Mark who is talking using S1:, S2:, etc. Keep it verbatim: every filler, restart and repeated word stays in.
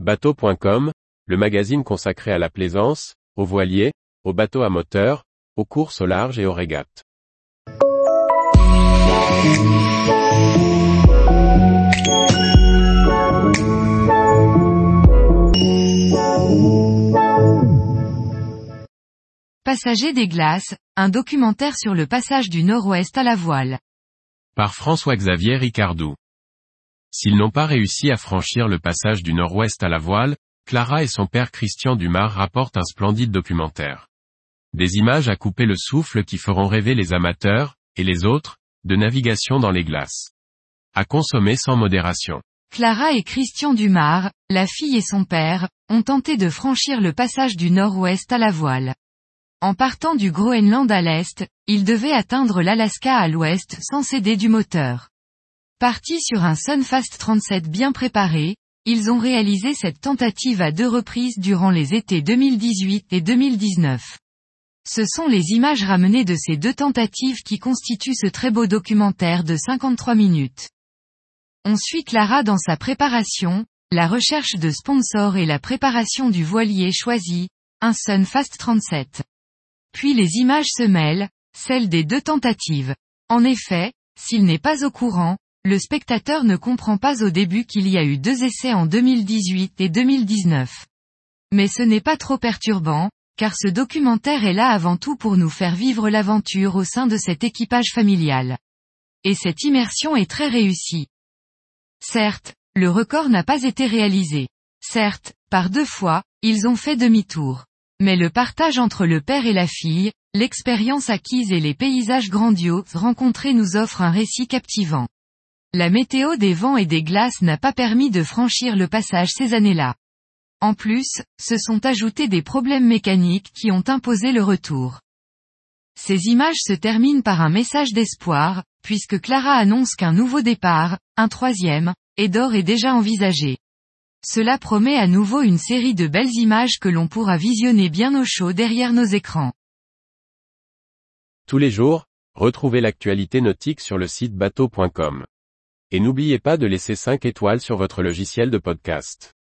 S1: Bateau point com, le magazine consacré à la plaisance, aux voiliers, aux bateaux à moteur, aux courses au large et aux régates.
S2: Passagers des glaces, un documentaire sur le passage du Nord-Ouest à la voile.
S1: Par François-Xavier Ricardou. S'ils n'ont pas réussi à franchir le passage du Nord-Ouest à la voile, Clara et son père Christian Dumas rapportent un splendide documentaire. Des images à couper le souffle qui feront rêver les amateurs, et les autres, de navigation dans les glaces. À consommer sans modération.
S2: Clara et Christian Dumas, la fille et son père, ont tenté de franchir le passage du Nord-Ouest à la voile. En partant du Groenland à l'est, ils devaient atteindre l'Alaska à l'ouest sans céder du moteur. Partis sur un Sunfast trente-sept bien préparé, ils ont réalisé cette tentative à deux reprises durant les étés deux mille dix-huit et deux mille dix-neuf. Ce sont les images ramenées de ces deux tentatives qui constituent ce très beau documentaire de cinquante-trois minutes. On suit Clara dans sa préparation, la recherche de sponsors et la préparation du voilier choisi, un Sunfast trente-sept. Puis les images se mêlent, celles des deux tentatives. En effet, s'il n'est pas au courant, le spectateur ne comprend pas au début qu'il y a eu deux essais en deux mille dix-huit et deux mille dix-neuf. Mais ce n'est pas trop perturbant, car ce documentaire est là avant tout pour nous faire vivre l'aventure au sein de cet équipage familial. Et cette immersion est très réussie. Certes, le record n'a pas été réalisé. Certes, par deux fois, ils ont fait demi-tour. Mais le partage entre le père et la fille, l'expérience acquise et les paysages grandioses rencontrés nous offrent un récit captivant. La météo des vents et des glaces n'a pas permis de franchir le passage ces années-là. En plus, se sont ajoutés des problèmes mécaniques qui ont imposé le retour. Ces images se terminent par un message d'espoir, puisque Clara annonce qu'un nouveau départ, un troisième, est d'or est déjà envisagé. Cela promet à nouveau une série de belles images que l'on pourra visionner bien au chaud derrière nos écrans.
S1: Tous les jours, retrouvez l'actualité nautique sur le site bateau point com. Et n'oubliez pas de laisser cinq étoiles sur votre logiciel de podcast.